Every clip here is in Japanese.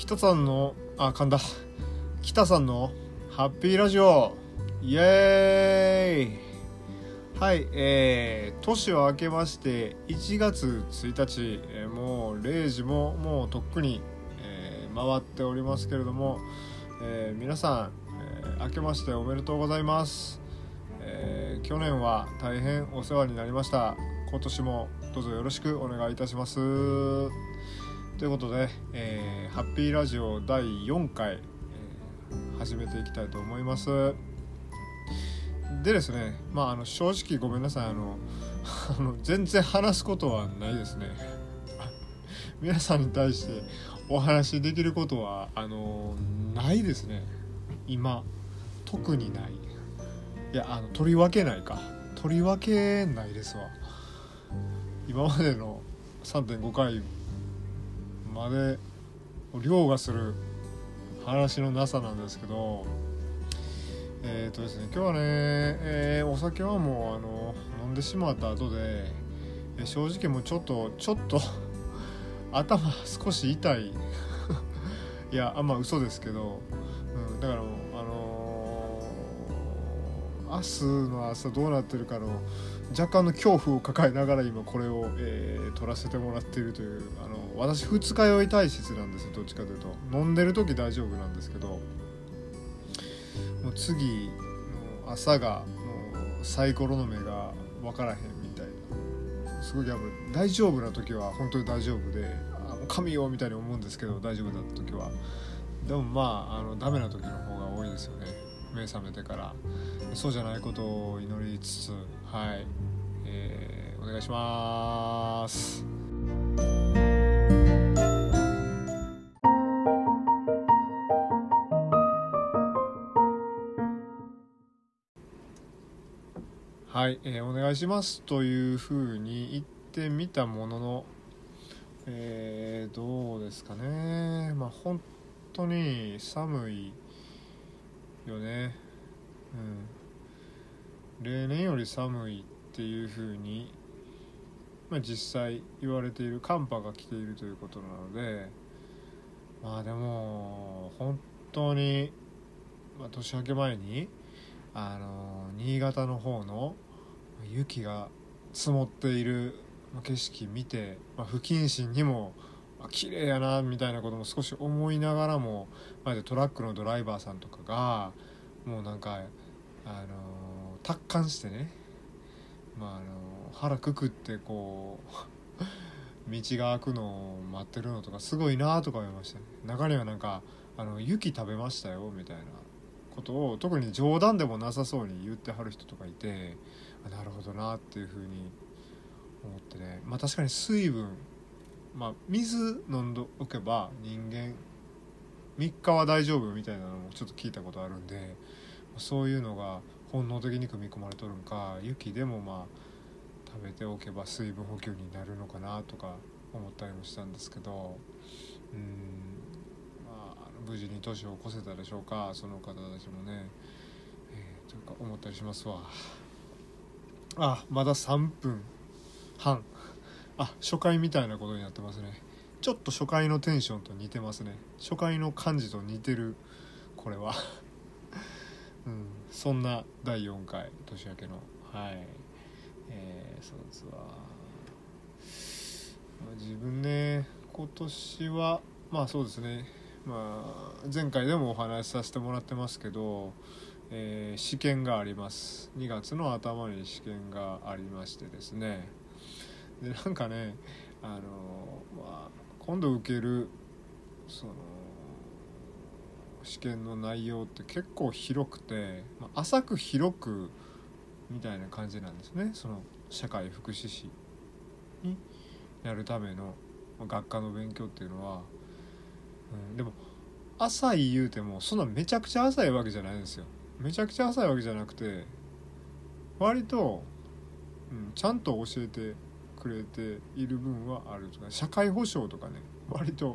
北さんの噛んだ北さんのハッピーラジオイエーイ。はい、年を明けまして1月1日、もう0時ももうとっくに、回っておりますけれども、皆さん、明けましておめでとうございます。去年は大変お世話になりました。今年もどうぞよろしくお願いいたしますということで、ハッピーラジオ第4回、始めていきたいと思います。でですね、正直ごめんなさい、全然話すことはないですね皆さんに対してお話しできることはないですね。今特にない。いや取り分けないですわ。今までの 3.5 回までを凌駕する話のなさなんですけど、ですね、今日はね、お酒はもう飲んでしまった後で、正直もうちょっと頭少し痛いいや嘘ですけど、だからもう明日の朝どうなってるかの若干の恐怖を抱えながら今これを、撮らせてもらっているという、私二日酔い体質なんですよ。どっちかというと飲んでる時大丈夫なんですけど、もう次の朝がもうサイコロの目が分からへんみたいな、すごい大丈夫な時は本当に大丈夫で、もう神よみたいに思うんですけど、大丈夫だった時はでもダメな時の方が多いですよね、目覚めてから。そうじゃないことを祈りつつ、はい、お願いします。はい、お願いしますというふうに言ってみたものの、どうですかね。本当に寒いよね。例年より寒いっていうふうに、実際言われている、寒波が来ているということなので、でも本当に、年明け前に新潟の方の雪が積もっている景色見て、不謹慎にも綺麗やなみたいなことも少し思いながらも、トラックのドライバーさんとかがもう達観してね、腹くくってこう道が開くのを待ってるのとかすごいなとか思いましたね。中には雪食べましたよみたいなことを特に冗談でもなさそうに言ってはる人とかいて、なるほどなっていうふうに思ってね。確かに水分、水飲んでおけば人間3日は大丈夫みたいなのもちょっと聞いたことあるんで、そういうのが本能的に組み込まれとるんか、雪でも食べておけば水分補給になるのかなとか思ったりもしたんですけど、無事に年を越せたでしょうか、その方たちもね、というか思ったりしますわ。まだ3分半。初回みたいなことになってますね。ちょっと初回のテンションと似てますね。初回の感じと似てる、これはそんな第4回年明けの、そうですわ。自分ね、今年はそうですね、前回でもお話しさせてもらってますけど、試験があります。2月の頭に試験がありましてですね、で今度受けるその試験の内容って結構広くて、浅く広くみたいな感じなんですね。その社会福祉士になるための学科の勉強っていうのは、でも浅い言うてもそんなめちゃくちゃ浅いわけじゃないんですよ。めちゃくちゃ浅いわけじゃなくて、割と、ちゃんと教えてくれている分はあるとか、社会保障とかね、割と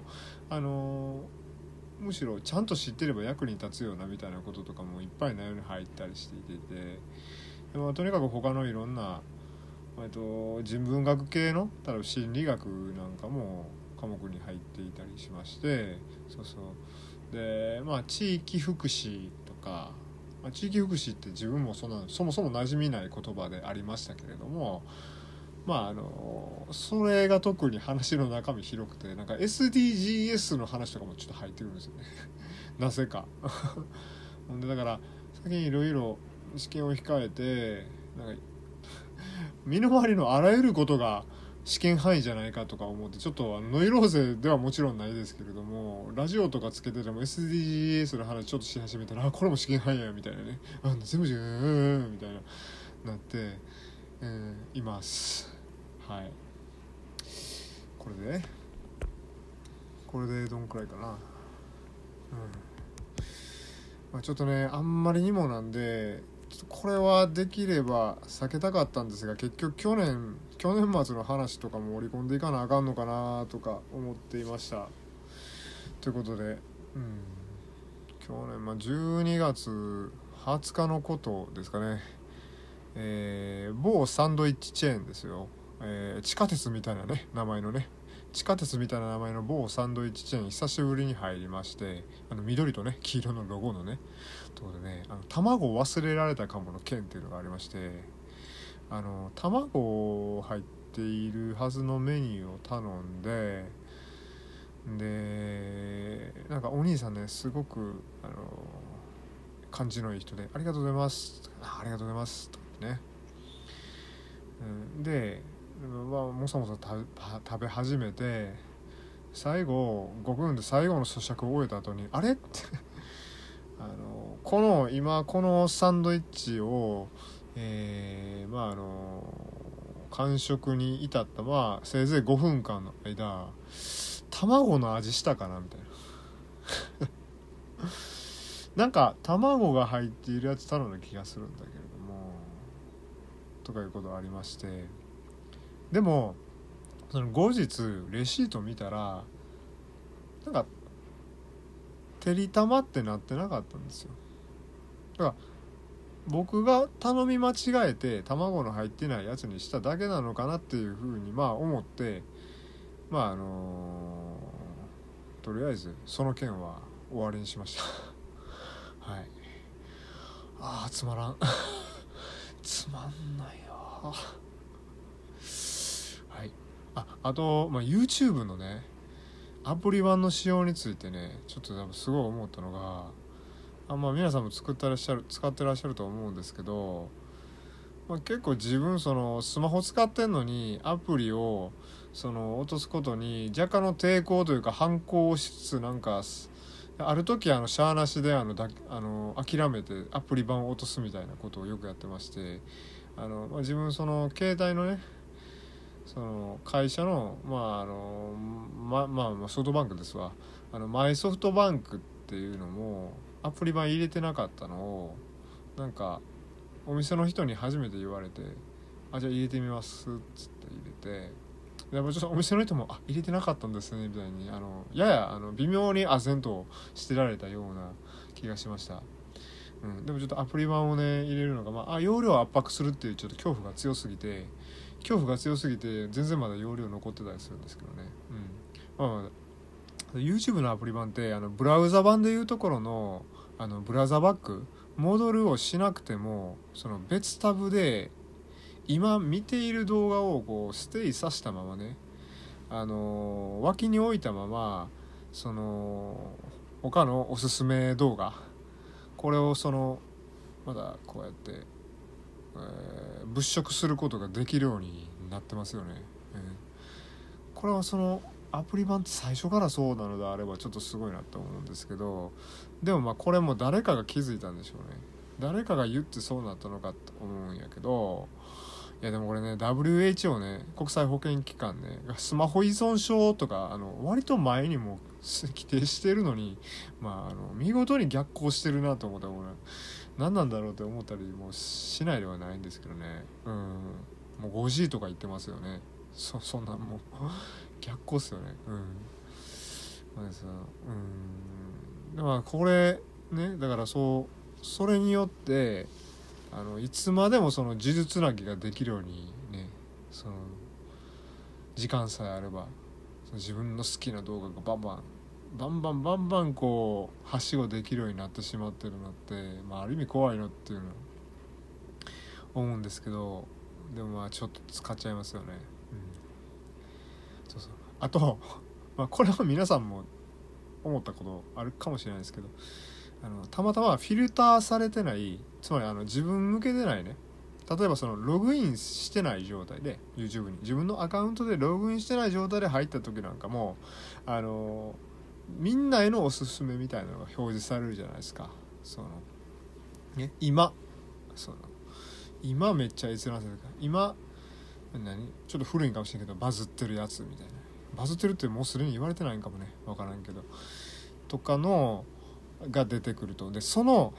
むしろちゃんと知ってれば役に立つようなみたいなこととかもいっぱい内容に入ったりしていて、とにかく他のいろんな人文学系の例えば心理学なんかも科目に入っていたりしまして、そうそうで、地域福祉とか、地域福祉って自分もそもそも馴染みない言葉でありましたけれども、それが特に話の中身広くて、なんか SDGs の話とかもちょっと入ってくるんですよねなぜかでだから最近いろいろ試験を控えて、なんか身の回りのあらゆることが試験範囲じゃないかとか思って、ちょっとノイローゼではもちろんないですけれども、ラジオとかつけてても SDGs の話ちょっとし始めたら、これも試験範囲やみたいなね、全部みたいななって、います。はい。これでどんくらいかな。ちょっとね、あんまりにもなんで、ちょっとこれはできれば避けたかったんですが、結局去年末の話とかも織り込んでいかなあかんのかなとか思っていました。ということで、去年12月20日のことですかね。某サンドイッチチェーンですよ。地下鉄みたいなね名前のね、地下鉄みたいな名前の某サンドイッチチェーン久しぶりに入りまして、緑とね黄色のロゴのねところでね、卵を忘れられたかもの件っていうのがありまして、卵入っているはずのメニューを頼んで、なんかお兄さんね、すごく感じのいい人で、ありがとうございますありがとうございますとね、でもそもそ食べ始めて、最後5分で最後の咀嚼を終えた後に、あれって今このサンドイッチを完食に至ったせいぜい5分間の間、卵の味したかなみたいななんか卵が入っているやつ頼んだ気がするんだけれども、とかいうことがありまして、でもその後日レシート見たら、なんかてりたまってなってなかったんですよ。だから僕が頼み間違えて卵の入ってないやつにしただけなのかなっていうふうに思って、とりあえずその件は終わりにしましたはい。つまらんつまんないよ。はい。あと、YouTube のねアプリ版の仕様についてね、ちょっとすごい思ったのが、皆さんも使ってらっしゃると思うんですけど、結構自分そのスマホ使ってんのにアプリを落とすことに若干の抵抗というか反抗しつつ、なんかある時シャアなしで諦めてアプリ版を落とすみたいなことをよくやってまして、自分その携帯のね、その会社のソフトバンクですわ、マイソフトバンクっていうのもアプリ版入れてなかったのを、なんかお店の人に初めて言われて、じゃあ入れてみますっつって入れて、でもちょっとお店の人も入れてなかったんですねみたいにやや微妙に唖然としてられたような気がしました。でもちょっとアプリ版をね入れるのが容量を圧迫するっていうちょっと恐怖が強すぎて全然まだ容量残ってたりするんですけどね。YouTube のアプリ版ってブラウザ版でいうところのブラウザバック戻るをしなくても、その別タブで今見ている動画をこうステイさせたままね、脇に置いたまま、その他のおすすめ動画、これをまだこうやって、物色することができるようになってますよね。これはアプリ版って最初からそうなのであればちょっとすごいなと思うんですけど、でもこれも誰かが気づいたんでしょうね。誰かが言ってそうなったのかと思うんやけど、いやでもこれね WHO ね、国際保健機関ね、スマホ依存症とか割と前にも規定してるのに、見事に逆行してるなと思ったら、何なんだろうって思ったりもしないではないんですけどね。もう 5G とか言ってますよね。そんなんもう逆行っすよね。これね、だからそれによっていつまでもその呪術つなぎができるようにね、時間さえあればその自分の好きな動画がバンバンこうはしごできるようになってしまってるのって、ある意味怖いのっていうの思うんですけど、でもちょっと使っちゃいますよね、そうあと、これは皆さんも思ったことあるかもしれないですけど、たまたまフィルターされてない、つまり自分向けでないね、例えばそのログインしてない状態で YouTube に自分のアカウントでログインしてない状態で入った時なんかもみんなへのおすすめみたいなのが表示されるじゃないですか。今めっちゃ閲覧されるから、今ちょっと古いんかもしれんけどバズってるやつみたいな、バズってるってもうすでに言われてないんかもね、分からんけどとかのが出てくると、でその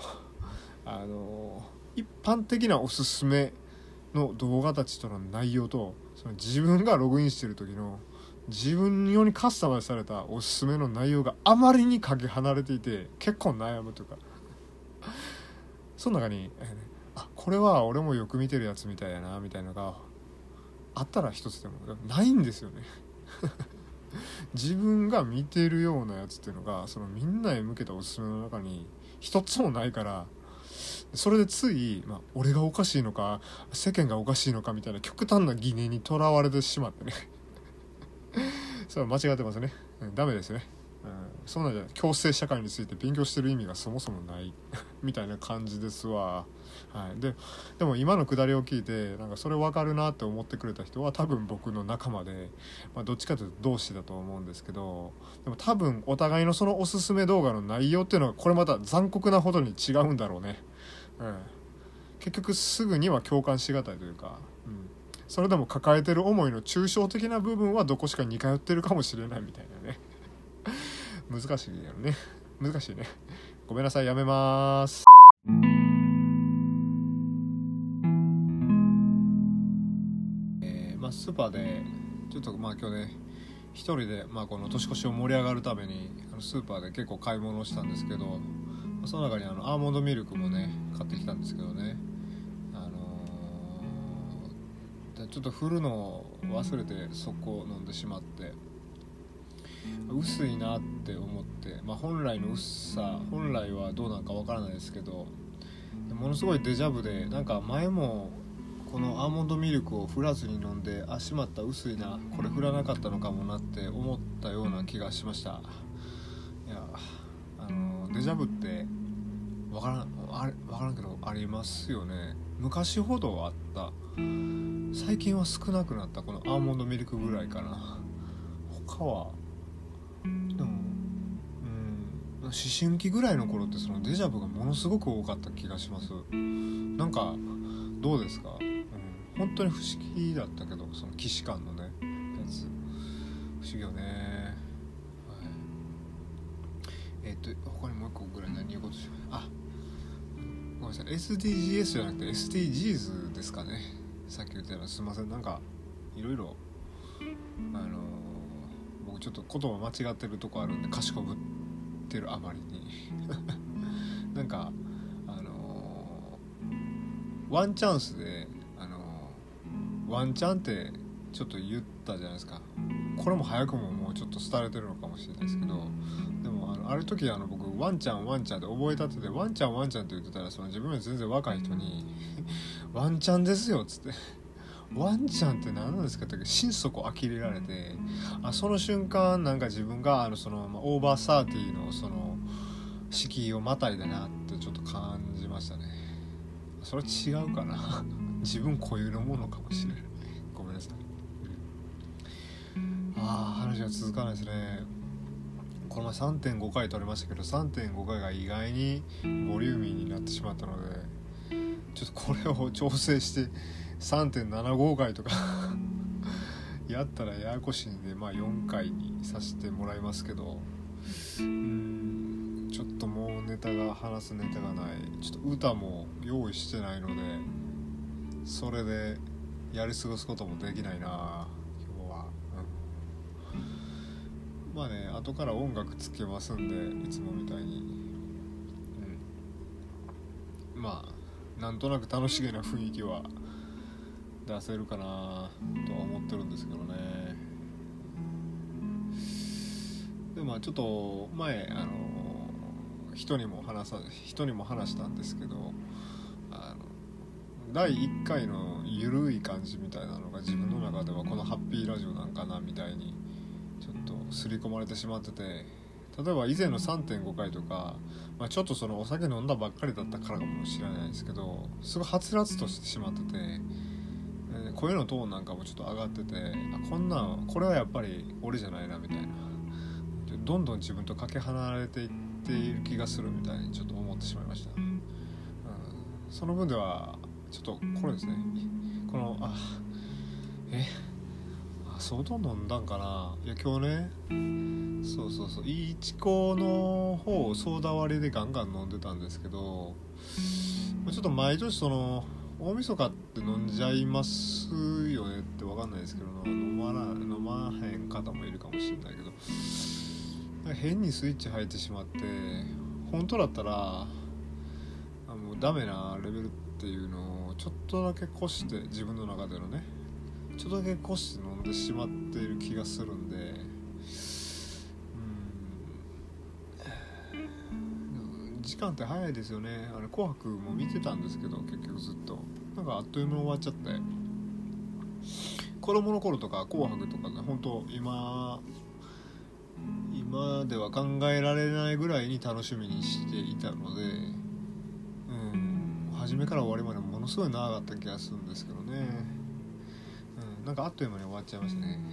一般的なおすすめの動画たちとの内容と、その自分がログインしてる時の自分用にカスタマイズされたおすすめの内容があまりにかけ離れていて結構悩むというか、その中に、これは俺もよく見てるやつみたいやなみたいなのがあったら一つでもないんですよね自分が見てるようなやつっていうのがそのみんなへ向けたおすすめの中に一つもないから、それでつい、俺がおかしいのか世間がおかしいのかみたいな極端な疑念にとらわれてしまってねそれは間違ってますね、ダメですね、そんなんじゃ共生社会について勉強してる意味がそもそもないみたいな感じですわ。でも今のくだりを聞いてなんかそれ分かるなって思ってくれた人は多分僕の仲間で、どっちかというと同志だと思うんですけど、でも多分お互いのそのおすすめ動画の内容っていうのはこれまた残酷なほどに違うんだろうね、結局すぐには共感しがたいというか、それでも抱えてる思いの抽象的な部分はどこしか似通ってるかもしれないみたいなね難しいよね、難しいね、ごめんなさい、やめます。スーパーでちょっと今日ね一人でこの年越しを盛り上がるためにスーパーで結構買い物をしたんですけど、その中にアーモンドミルクもね買ってきたんですけどね、ちょっと振るのを忘れて速攻飲んでしまって薄いなって思って、本来の薄さ本来はどうなんかわからないですけど、ものすごいデジャブで、なんか前もこのアーモンドミルクを振らずに飲んで、しまった薄いな、これ振らなかったのかもなって思ったような気がしました。いやデジャブってわからんけどありますよね。昔ほどあった、最近は少なくなった、このアーモンドミルクぐらいかな。他はでも思春期ぐらいの頃ってそのデジャブがものすごく多かった気がします。なんかどうですか、本当に不思議だったけど、その既視感のねやつ不思議よね。他にもう一個ぐらい何言うことします。ごめんなさい、 SDGs じゃなくて SDGs ですかね。さっき言ったような、すいません、なんかいろいろ僕ちょっと言葉間違ってるとこあるんで賢ぶってるあまりになんかワンチャンスでワンチャンってちょっと言ったじゃないですか。これも早くももうちょっと廃れてるのかもしれないですけど、でもある時僕ワンちゃんで覚えたってて、ワンちゃんって言ってたら、その自分より全然若い人にワンちゃんですよっつって、ワンちゃんって何なんですかって心底呆れられて、その瞬間なんか自分がその、オーバーサーティーのその敷居をまたいだなってちょっと感じましたね。それは違うかな自分固有のものかもしれない、ごめんなさい。話が続かないですね。この前 3.5 回撮りましたけど、 3.5 回が意外にボリューミーになってしまったので、ちょっとこれを調整して 3.75 回とかやったらややこしいんで、4回にさせてもらいますけど、ちょっともう話すネタがない。ちょっと歌も用意してないので、それでやり過ごすこともできないな今日は。後から音楽つけますんで、いつもみたいに、なんとなく楽しげな雰囲気は出せるかなとは思ってるんですけどね。 ちょっと前人にも話したんですけど、第1回のゆるい感じみたいなのが自分の中ではこのハッピーラジオなんかなみたいにちょっと刷り込まれてしまってて、例えば以前の 3.5 回とか、ちょっとそのお酒飲んだばっかりだったからかもしれないですけど、すごいはつらつとしてしまってて、声のトーンなんかもちょっと上がってて、これはやっぱり俺じゃないなみたいな、どんどん自分とかけ離れていっている気がするみたいにちょっと思ってしまいました。その分ではちょっとこれですね、この相当飲んだんかな。いや今日ね、そういちこの方をソーダ割りでガンガン飲んでたんですけど、ちょっと毎年その大晦日って飲んじゃいますよねって分かんないですけど、飲まへん方もいるかもしれないけど、変にスイッチ入ってしまって、本当だったらもうダメなレベルっていうのをちょっとだけ越して、自分の中でのねちょっとだけ越して飲んでしまっている気がするんで、時間って早いですよね。紅白も見てたんですけど、結局ずっとなんかあっという間に終わっちゃって、子供の頃とか紅白とかね、本当今では考えられないぐらいに楽しみにしていたので、初めから終わりまでものすごい長かった気がするんですけどね、なんかあっという間に終わっちゃいましたね。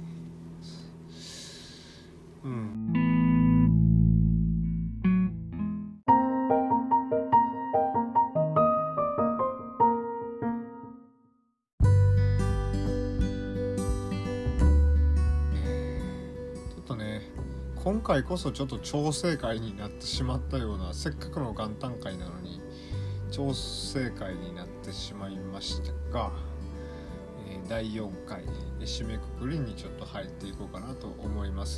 ちょっとね、今回こそちょっと調整会になってしまったような、せっかくの元旦会なのに調整会になってしまいましたが、第4回締めくくりにちょっと入っていこうかなと思います。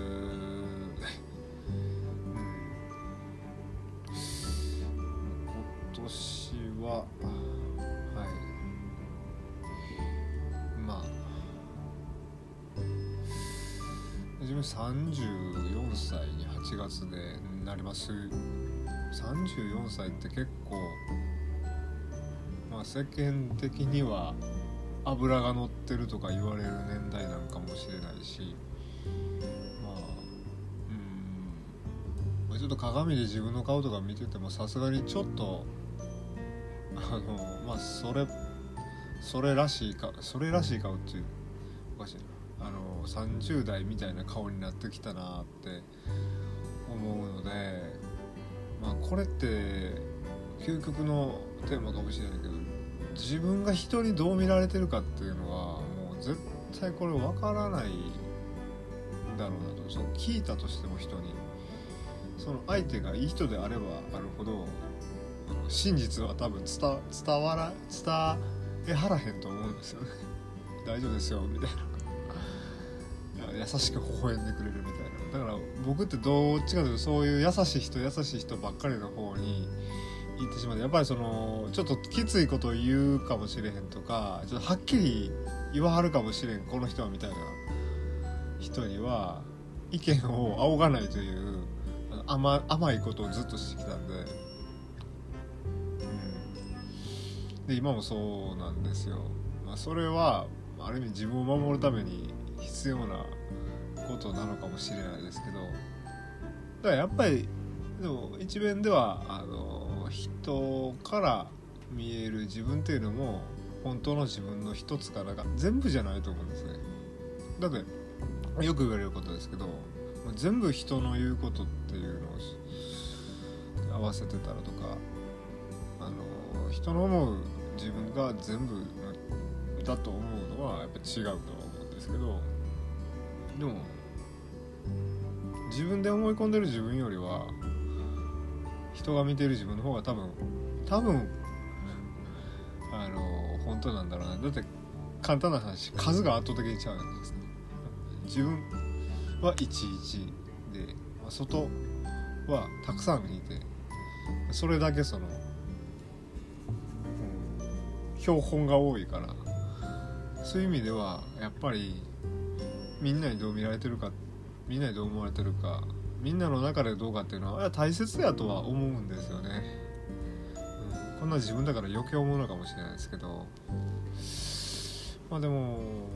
今年は自分34歳に8月でなります。34歳って結構世間的には脂が乗ってるとか言われる年代なんかもしれないし、ちょっと鏡で自分の顔とか見ててもさすがにちょっとそれらしい顔っていうおかしいな、30代みたいな顔になってきたなって思うので、これって究極のテーマかもしれないけど、自分が人にどう見られてるかっていうのはもう絶対これ分からないだろうなと。そう聞いたとしても人に、その相手がいい人であればあるほど真実は多分伝えはらへんと思うんですよね。大丈夫ですよみたいな、優しく微笑んでくれるみたいな。だから僕ってどっちかというとそういう優しい人ばっかりの方に言ってしまう。やっぱりそのちょっときついことを言うかもしれへんとか、ちょっとはっきり言わはるかもしれんこの人はみたいな人には意見を仰がないという甘いことをずっとしてきたんで、で今もそうなんですよ。それはある意味自分を守るために必要なことなのかもしれないですけど、だからやっぱりでも一面では人から見える自分っていうのも本当の自分の一つからが全部じゃないと思うんですね。だってよく言われることですけど、全部人の言うことっていうのを合わせてたらとか、人の思う自分が全部だと思うのはやっぱ違うとは思うんですけど、でも自分で思い込んでる自分よりは人が見ている自分の方が多分本当なんだろうな。だって簡単な話、数が圧倒的に違うじゃないですか。自分は11で、外はたくさんいて、それだけその、標本が多いから、そういう意味ではやっぱりみんなにどう見られてるか、 みんなにどう思われてるか、みんなの中でどうかっていうのは大切やとは思うんですよね、こんな自分だから余計思うのかもしれないですけど、まあでも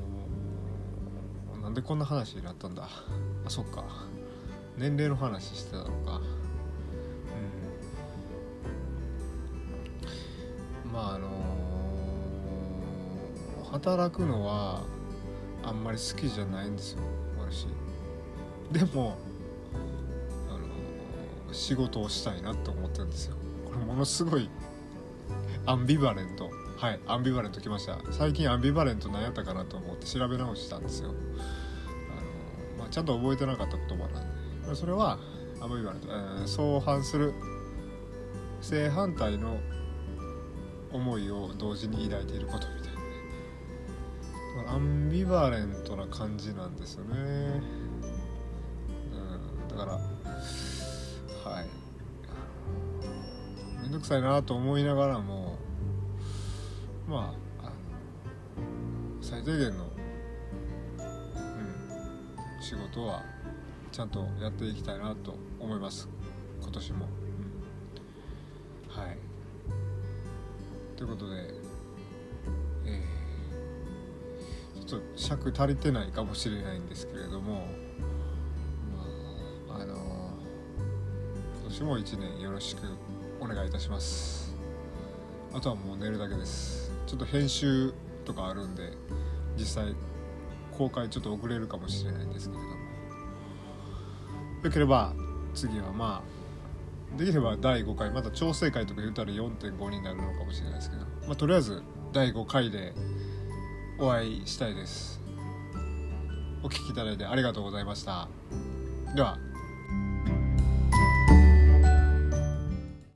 なんでこんな話になったんだ。そっか、年齢の話してたのか。まあ働くのはあんまり好きじゃないんですよ私。でも仕事をしたいなって思ってるんですよ。これものすごいアンビバレント、はいアンビバレントきました。最近アンビバレント何やったかなと思って調べ直したんですよ。ちゃんと覚えてなかった言葉なんで、それはアンビバレント、相反する正反対の思いを同時に抱いていることみたいな、アンビバレントな感じなんですよね。だからはいめんどくさいなと思いながらも、まあ最低限の、仕事はちゃんとやっていきたいなと思います今年も、はいということで、ちょっと尺足りてないかもしれないんですけれども、今年も1年よろしくお願いいたします。あとはもう寝るだけです。ちょっと編集とかあるんで実際公開ちょっと遅れるかもしれないんですけれども、よければ次はできれば第5回また調整会とか言ったら 4.5 になるのかもしれないですけど、とりあえず第5回でお会いしたいです。お聞きいただいてありがとうございました。では